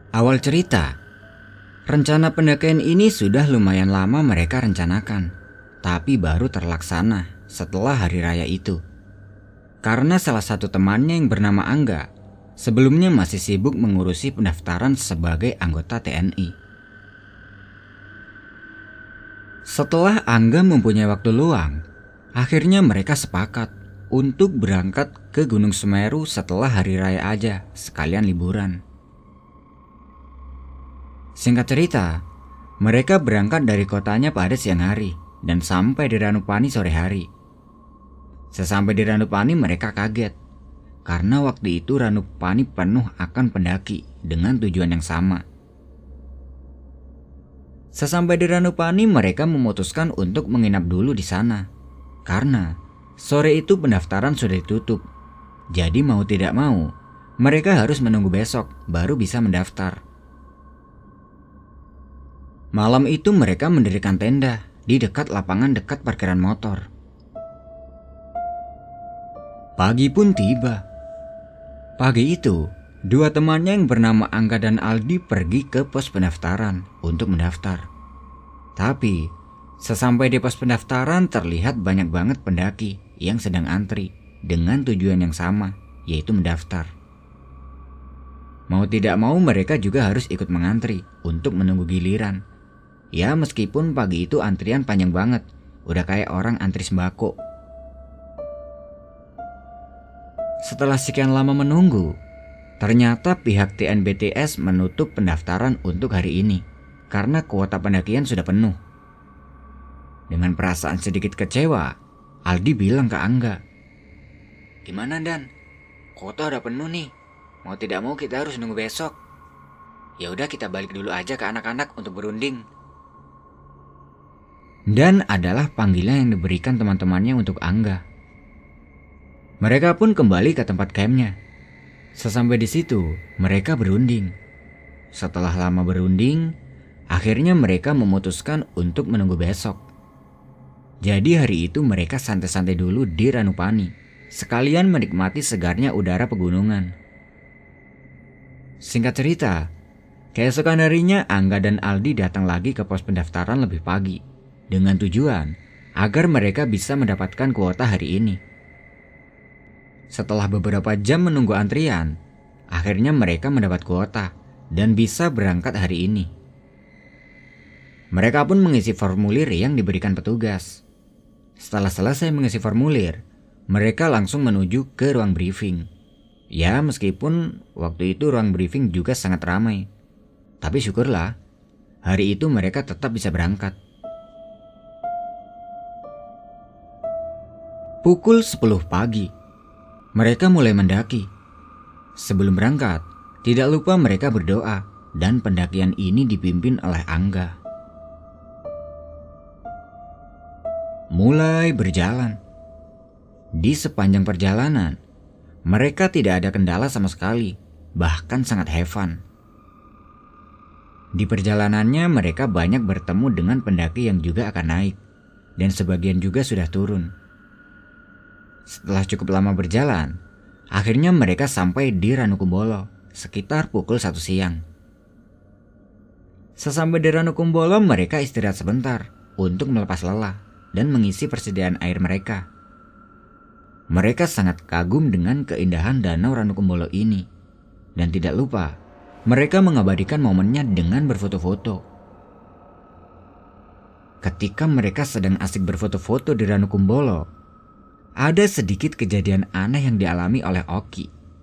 Awal cerita, rencana pendakian ini sudah lumayan lama mereka rencanakan, tapi baru terlaksana setelah hari raya itu. Karena salah satu temannya yang bernama Angga sebelumnya masih sibuk mengurusi pendaftaran sebagai anggota TNI. Setelah Angga mempunyai waktu luang, akhirnya mereka sepakat untuk berangkat ke Gunung Semeru setelah hari raya aja, sekalian liburan. Singkat cerita, mereka berangkat dari kotanya pada siang hari dan sampai di Ranupani sore hari. Sesampai di Ranupani mereka kaget, karena waktu itu Ranupani penuh akan pendaki dengan tujuan yang sama. Sesampai di Ranupani mereka memutuskan untuk menginap dulu di sana, karena sore itu pendaftaran sudah ditutup. Jadi mau tidak mau, mereka harus menunggu besok baru bisa mendaftar. Malam itu mereka mendirikan tenda di dekat lapangan dekat parkiran motor. Pagi pun tiba. Pagi itu, dua temannya yang bernama Angga dan Aldi pergi ke pos pendaftaran untuk mendaftar. Tapi, sesampai di pos pendaftaran terlihat banyak banget pendaki yang sedang antri dengan tujuan yang sama, yaitu mendaftar. Mau tidak mau mereka juga harus ikut mengantri untuk menunggu giliran. Ya meskipun pagi itu antrian panjang banget, udah kayak orang antri sembako. Setelah sekian lama menunggu, ternyata pihak TNBTS menutup pendaftaran untuk hari ini karena kuota pendakian sudah penuh. Dengan perasaan sedikit kecewa, Aldi bilang ke Angga, "Gimana Dan? Kuota udah penuh nih. Mau tidak mau kita harus nunggu besok. Ya udah kita balik dulu aja ke anak-anak untuk berunding." Dan adalah panggilan yang diberikan teman-temannya untuk Angga. Mereka pun kembali ke tempat campnya. Sesampai di situ, mereka berunding. Setelah lama berunding, akhirnya mereka memutuskan untuk menunggu besok. Jadi hari itu mereka santai-santai dulu di Ranupani, sekalian menikmati segarnya udara pegunungan. Singkat cerita, keesokan harinya Angga dan Aldi datang lagi ke pos pendaftaran lebih pagi, dengan tujuan agar mereka bisa mendapatkan kuota hari ini. Setelah beberapa jam menunggu antrian, akhirnya mereka mendapat kuota dan bisa berangkat hari ini. Mereka pun mengisi formulir yang diberikan petugas. Setelah selesai mengisi formulir, mereka langsung menuju ke ruang briefing. Ya meskipun waktu itu ruang briefing juga sangat ramai, tapi syukurlah hari itu mereka tetap bisa berangkat. Pukul 10 pagi, mereka mulai mendaki. Sebelum berangkat, tidak lupa mereka berdoa dan pendakian ini dipimpin oleh Angga. Mulai berjalan. Di sepanjang perjalanan, mereka tidak ada kendala sama sekali, bahkan sangat have fun. Di perjalanannya mereka banyak bertemu dengan pendaki yang juga akan naik, dan sebagian juga sudah turun. Setelah cukup lama berjalan, akhirnya mereka sampai di Ranukumbolo sekitar pukul 1 siang. Sesampai di Ranukumbolo mereka istirahat sebentar untuk melepas lelah dan mengisi persediaan air mereka. Mereka sangat kagum dengan keindahan danau Ranukumbolo ini, dan tidak lupa mereka mengabadikan momennya dengan berfoto-foto. Ketika mereka sedang asik berfoto-foto di Ranukumbolo, ada sedikit kejadian aneh yang dialami oleh Oki.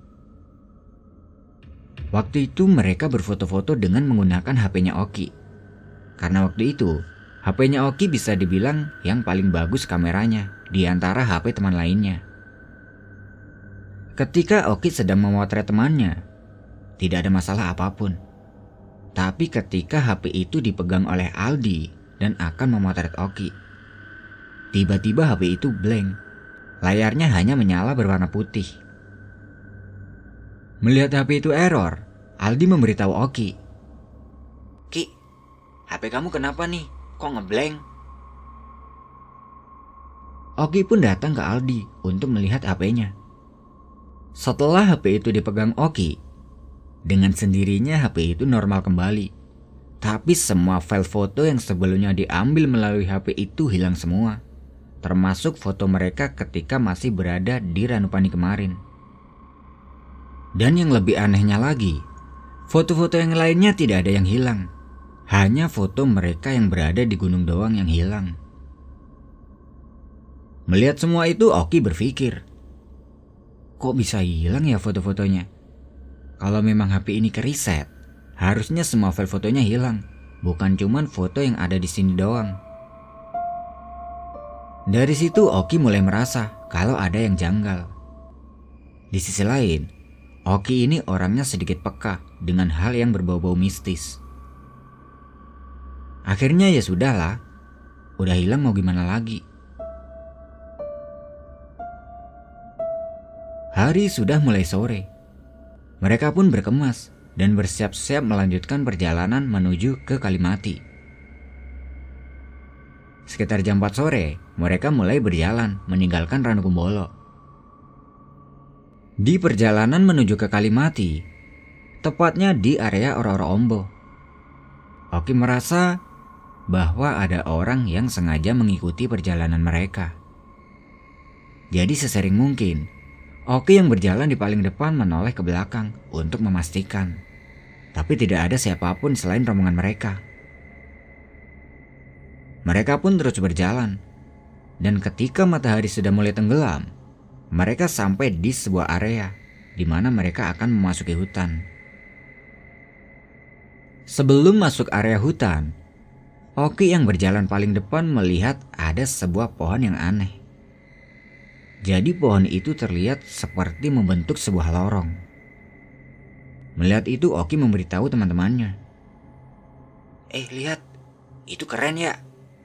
Waktu itu mereka berfoto-foto dengan menggunakan HP-nya Oki. Karena waktu itu, HP-nya Oki bisa dibilang yang paling bagus kameranya di antara HP teman lainnya. Ketika Oki sedang memotret temannya, tidak ada masalah apapun. Tapi ketika HP itu dipegang oleh Aldi dan akan memotret Oki, tiba-tiba HP itu blank. Layarnya hanya menyala berwarna putih. Melihat HP itu error, Aldi memberitahu Oki, "Ki, HP kamu kenapa nih? Kok ngeblank?" Oki pun datang ke Aldi untuk melihat HP-nya. Setelah HP itu dipegang Oki, Dengan sendirinya HP itu normal kembali. Tapi semua file foto yang sebelumnya diambil melalui HP itu hilang semua. Termasuk foto mereka ketika masih berada di Ranupani kemarin. Dan yang lebih anehnya lagi, foto-foto yang lainnya tidak ada yang hilang. Hanya foto mereka yang berada di gunung doang yang hilang. Melihat semua itu, Oki berpikir, kok bisa hilang ya foto-fotonya? Kalau memang HP ini kereset, harusnya semua file fotonya hilang, bukan cuman foto yang ada di sini doang. Dari situ Oki mulai merasa kalau ada yang janggal. Di sisi lain, Oki ini orangnya sedikit peka dengan hal yang berbau-bau mistis. Akhirnya ya sudahlah, udah hilang mau gimana lagi. Hari sudah mulai sore. Mereka pun berkemas dan bersiap-siap melanjutkan perjalanan menuju ke Kalimati. Sekitar jam 4 sore, mereka mulai berjalan meninggalkan Ranukumbolo. Di perjalanan menuju ke Kalimati, tepatnya di area Oro-Oro-Ombo, Oki merasa bahwa ada orang yang sengaja mengikuti perjalanan mereka. Jadi sesering mungkin, Oki yang berjalan di paling depan menoleh ke belakang untuk memastikan. Tapi tidak ada siapapun selain rombongan mereka. Mereka pun terus berjalan. Dan ketika matahari sudah mulai tenggelam, mereka sampai di sebuah area di mana mereka akan memasuki hutan. Sebelum masuk area hutan, Oki yang berjalan paling depan melihat ada sebuah pohon yang aneh. Jadi pohon itu terlihat seperti membentuk sebuah lorong. Melihat itu Oki memberitahu teman-temannya. Lihat, itu keren ya.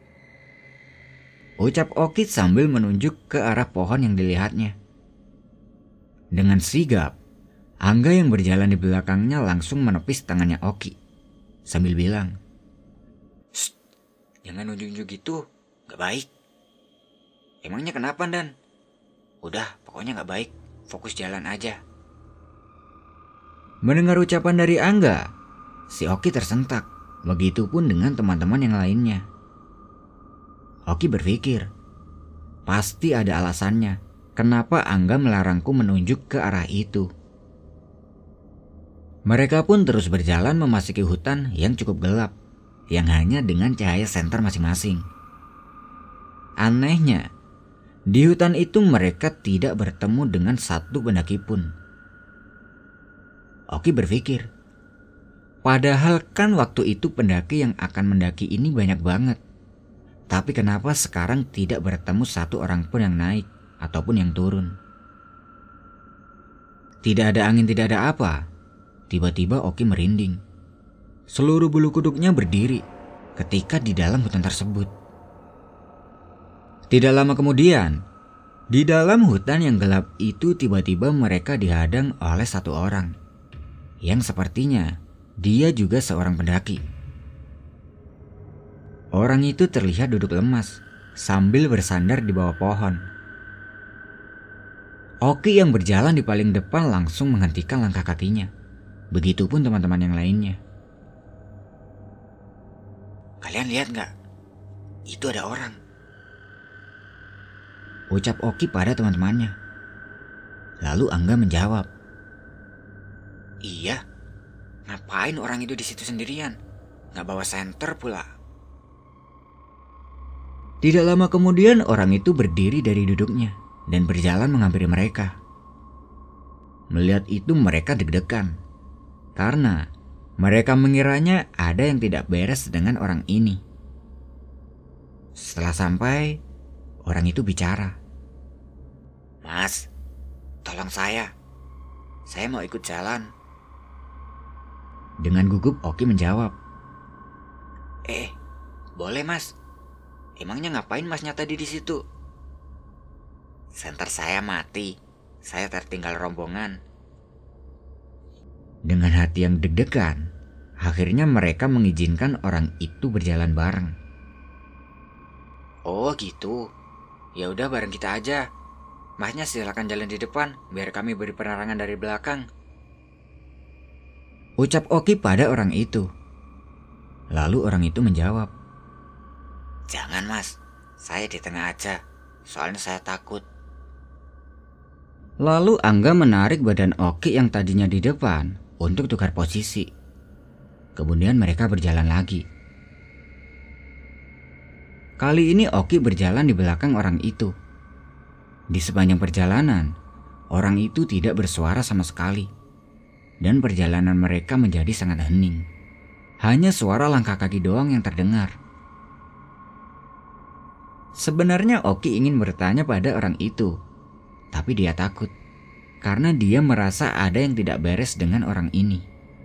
Ucap Oki sambil menunjuk ke arah pohon yang dilihatnya. Dengan sigap, Angga yang berjalan di belakangnya langsung menepis tangannya Oki sambil bilang, "Shh, jangan nunjuk-nunjuk gitu, gak baik." "Emangnya kenapa, Dan?" "Udah, pokoknya gak baik, fokus jalan aja." Mendengar ucapan dari Angga, si Oki tersentak, begitupun dengan teman-teman yang lainnya. Oki berpikir, pasti ada alasannya kenapa Angga melarangku menunjuk ke arah itu. Mereka pun terus berjalan memasuki hutan yang cukup gelap, yang hanya dengan cahaya senter masing-masing. Anehnya, di hutan itu mereka tidak bertemu dengan satu pendaki pun. Oki berpikir, padahal kan waktu itu pendaki yang akan mendaki ini banyak banget. Tapi kenapa sekarang tidak bertemu satu orang pun yang naik ataupun yang turun? Tidak ada angin, tidak ada apa. Tiba-tiba Oki merinding. Seluruh bulu kuduknya berdiri ketika di dalam hutan tersebut. Tidak lama kemudian, di dalam hutan yang gelap itu tiba-tiba mereka dihadang oleh satu orang yang sepertinya dia juga seorang pendaki. Orang itu terlihat duduk lemas sambil bersandar di bawah pohon. Oki yang berjalan di paling depan langsung menghentikan langkah kakinya. Begitupun teman-teman yang lainnya. "Kalian lihat gak? Itu ada orang," ucap Oki pada teman-temannya. Lalu Angga menjawab, "Iya, ngapain orang itu di situ sendirian? Gak bawa senter pula." Tidak lama kemudian orang itu berdiri dari duduknya dan berjalan menghampiri mereka. Melihat itu mereka deg-degan karena mereka mengiranya ada yang tidak beres dengan orang ini. Setelah sampai, orang itu bicara. "Mas, tolong saya mau ikut jalan." Dengan gugup Oki menjawab, boleh mas. Emangnya ngapain masnya tadi di situ?" "Senter saya mati, saya tertinggal rombongan." Dengan hati yang deg-degan, akhirnya mereka mengizinkan orang itu berjalan bareng. "Oh gitu, ya udah bareng kita aja. Masnya silakan jalan di depan biar kami beri penerangan dari belakang." ucap Oki pada orang itu. Lalu orang itu menjawab, "Jangan mas, saya di tengah aja, soalnya saya takut." Lalu Angga menarik badan Oki yang tadinya di depan untuk tukar posisi. Kemudian mereka berjalan lagi. Kali ini Oki berjalan di belakang orang itu. Di sepanjang perjalanan, orang itu tidak bersuara sama sekali. Dan perjalanan mereka menjadi sangat hening. Hanya suara langkah kaki doang yang terdengar. Sebenarnya Oki ingin bertanya pada orang itu, tapi dia takut karena dia merasa ada yang tidak beres dengan orang ini.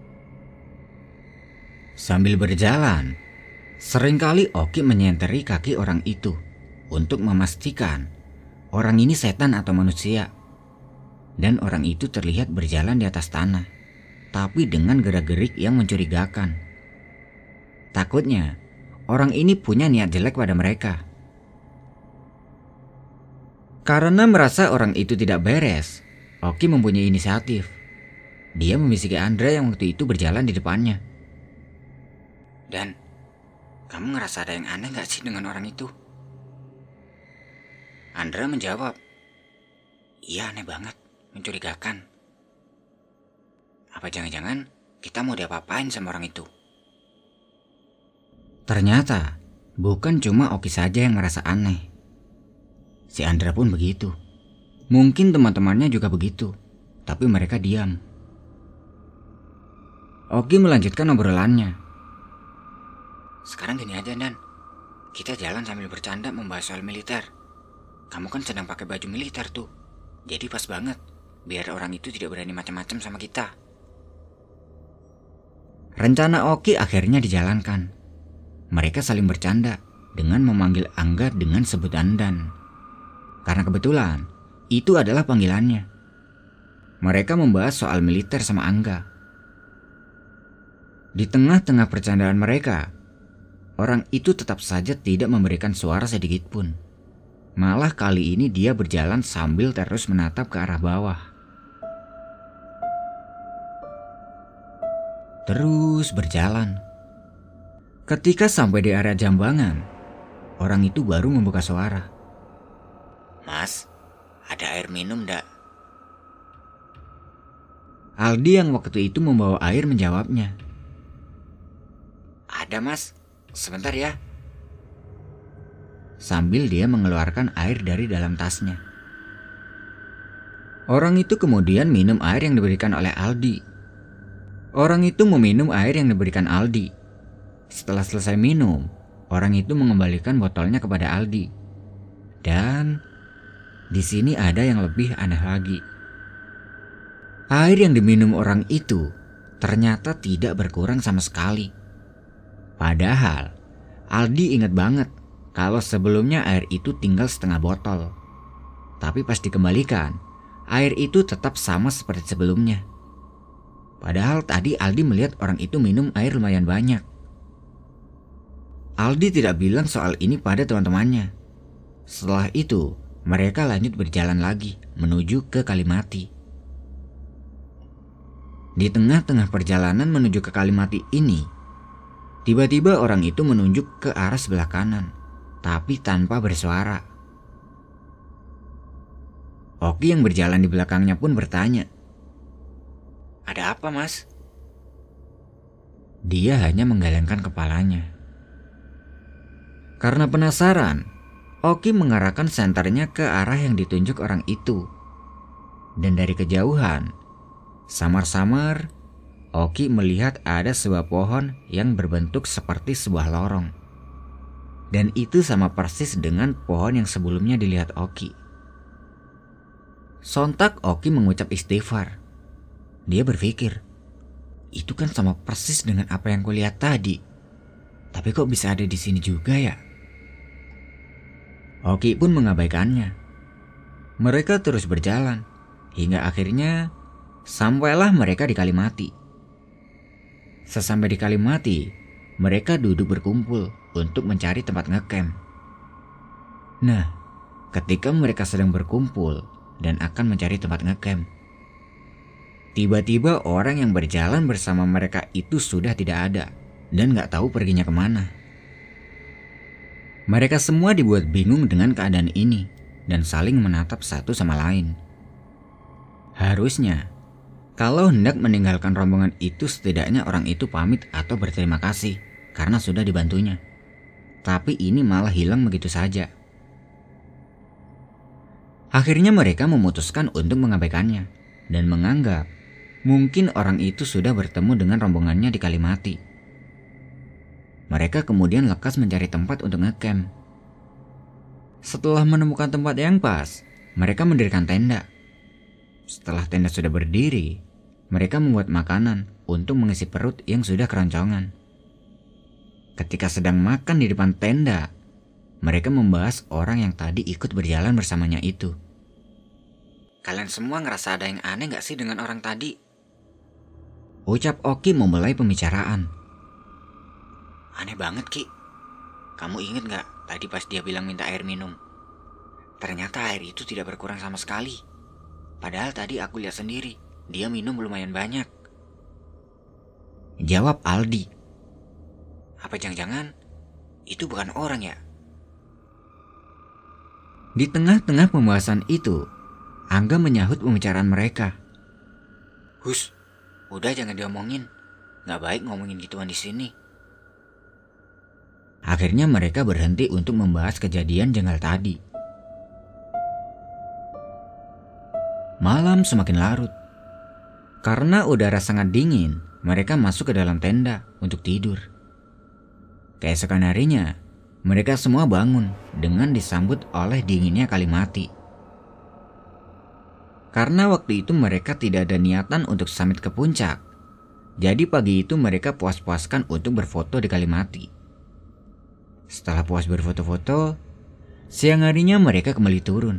Sambil berjalan, seringkali Oki menyenteri kaki orang itu untuk memastikan orang ini setan atau manusia. Dan orang itu terlihat berjalan di atas tanah, tapi dengan gerak-gerik yang mencurigakan. Takutnya orang ini punya niat jelek pada mereka. Karena merasa orang itu tidak beres, Oki mempunyai inisiatif. Dia membisiki Andra yang waktu itu berjalan di depannya. "Dan, kamu ngerasa ada yang aneh gak sih dengan orang itu?" Andra menjawab, "Iya, aneh banget, mencurigakan. Apa jangan-jangan kita mau diapa-apain sama orang itu?" Ternyata bukan cuma Oki saja yang merasa aneh. Si Andra pun begitu. Mungkin teman-temannya juga begitu, tapi mereka diam. Oki melanjutkan obrolannya. "Sekarang gini aja Dan, kita jalan sambil bercanda membahas soal militer. Kamu kan sedang pakai baju militer tuh, jadi pas banget biar orang itu tidak berani macam-macam sama kita." Rencana Oki akhirnya dijalankan. Mereka saling bercanda dengan memanggil Angga dengan sebutan Dan. Karena kebetulan itu adalah panggilannya. Mereka membahas soal militer sama Angga. Di tengah-tengah percandaan mereka, orang itu tetap saja tidak memberikan suara sedikit pun. Malah kali ini dia berjalan sambil terus menatap ke arah bawah. Terus berjalan. Ketika sampai di area Jambangan, orang itu baru membuka suara. "Mas, ada air minum ndak?" Aldi yang waktu itu membawa air menjawabnya. "Ada mas, sebentar ya." Sambil dia mengeluarkan air dari dalam tasnya. Orang itu kemudian minum air yang diberikan oleh Aldi. Orang itu meminum air yang diberikan Aldi. Setelah selesai minum, orang itu mengembalikan botolnya kepada Aldi. Dan di sini ada yang lebih aneh lagi. Air yang diminum orang itu ternyata tidak berkurang sama sekali. Padahal Aldi ingat banget kalau sebelumnya air itu tinggal setengah botol. Tapi pas dikembalikan, air itu tetap sama seperti sebelumnya. Padahal tadi Aldi melihat orang itu minum air lumayan banyak. Aldi tidak bilang soal ini pada teman-temannya. Setelah itu, mereka lanjut berjalan lagi menuju ke Kalimati. Di tengah-tengah perjalanan menuju ke Kalimati ini, tiba-tiba orang itu menunjuk ke arah sebelah kanan, tapi tanpa bersuara. Oki yang berjalan di belakangnya pun bertanya, "Ada apa mas?" Dia hanya menggelengkan kepalanya. Karena penasaran, Oki mengarahkan senternya ke arah yang ditunjuk orang itu. Dan dari kejauhan, samar-samar Oki melihat ada sebuah pohon yang berbentuk seperti sebuah lorong. Dan itu sama persis dengan pohon yang sebelumnya dilihat Oki. Sontak Oki mengucap istighfar. Dia berpikir, itu kan sama persis dengan apa yang kulihat tadi. Tapi kok bisa ada di sini juga ya? Oki pun mengabaikannya. Mereka terus berjalan hingga akhirnya sampailah mereka di Kalimati. Sesampai di Kalimati, mereka duduk berkumpul untuk mencari tempat ngecamp. Nah, ketika mereka sedang berkumpul dan akan mencari tempat ngecamp, Tiba-tiba orang yang berjalan bersama mereka itu sudah tidak ada dan gak tahu perginya kemana. Mereka semua dibuat bingung dengan keadaan ini dan saling menatap satu sama lain. Harusnya, kalau hendak meninggalkan rombongan itu setidaknya orang itu pamit atau berterima kasih karena sudah dibantunya. Tapi ini malah hilang begitu saja. Akhirnya mereka memutuskan untuk mengabaikannya dan menganggap mungkin orang itu sudah bertemu dengan rombongannya di Kalimati. Mereka kemudian lekas mencari tempat untuk ngecamp. Setelah menemukan tempat yang pas, mereka mendirikan tenda. Setelah tenda sudah berdiri, mereka membuat makanan untuk mengisi perut yang sudah keroncongan. Ketika sedang makan di depan tenda, mereka membahas orang yang tadi ikut berjalan bersamanya itu. Kalian semua ngerasa ada yang aneh gak sih dengan orang tadi? Ucap Oki memulai pembicaraan. Aneh banget Ki. Kamu inget gak tadi pas dia bilang minta air minum? Ternyata air itu tidak berkurang sama sekali. Padahal tadi aku lihat sendiri, dia minum lumayan banyak. Jawab Aldi. Apa jangan-jangan itu bukan orang ya? Di tengah-tengah pembahasan itu, Angga menyahut pembicaraan mereka. Hus, udah jangan diomongin. Gak baik ngomongin gituan di sini. Akhirnya mereka berhenti untuk membahas kejadian jengkel tadi. Malam semakin larut. Karena udara sangat dingin, mereka masuk ke dalam tenda untuk tidur. Keesokan harinya, mereka semua bangun dengan disambut oleh dinginnya Kalimati. Karena waktu itu mereka tidak ada niatan untuk summit ke puncak, jadi pagi itu mereka puas-puaskan untuk berfoto di Kalimati. Setelah puas berfoto-foto, siang harinya mereka kembali turun.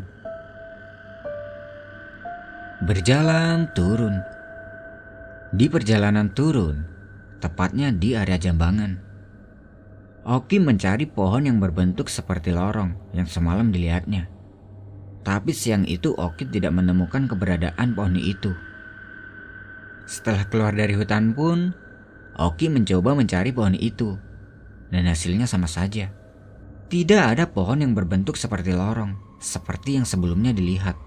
Berjalan turun. Di perjalanan turun, tepatnya di area Jambangan, Oki mencari pohon yang berbentuk seperti lorong yang semalam dilihatnya. Tapi siang itu Oki tidak menemukan keberadaan pohon itu. Setelah keluar dari hutan pun, Oki mencoba mencari pohon itu. Dan hasilnya sama saja. Tidak ada pohon yang berbentuk seperti lorong, seperti yang sebelumnya dilihat.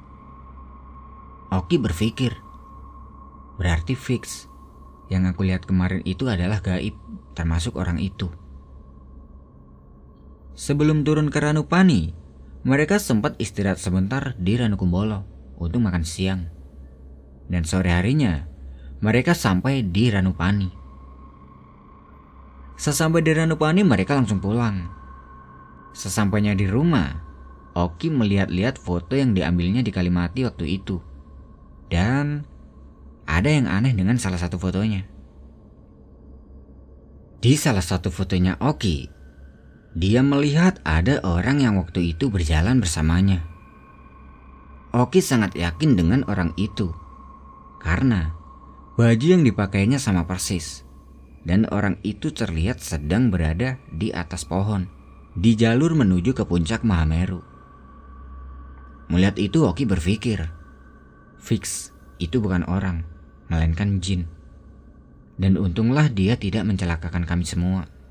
Oki berpikir, berarti fix yang aku lihat kemarin itu adalah gaib, termasuk orang itu. Sebelum turun ke Ranupani, mereka sempat istirahat sebentar di Ranukumbolo untuk makan siang. Dan sore harinya, mereka sampai di Ranupani. Sesampai di Ranupani, mereka langsung pulang. Sesampainya di rumah, Oki melihat-lihat foto yang diambilnya di Kalimati waktu itu. Dan ada yang aneh dengan salah satu fotonya. Di salah satu fotonya Oki, dia melihat ada orang yang waktu itu berjalan bersamanya. Oki sangat yakin dengan orang itu karena baju yang dipakainya sama persis. Dan orang itu terlihat sedang berada di atas pohon di jalur menuju ke puncak Mahameru. Melihat itu Oki berpikir, fix itu bukan orang, melainkan jin. Dan untunglah dia tidak mencelakakan kami semua.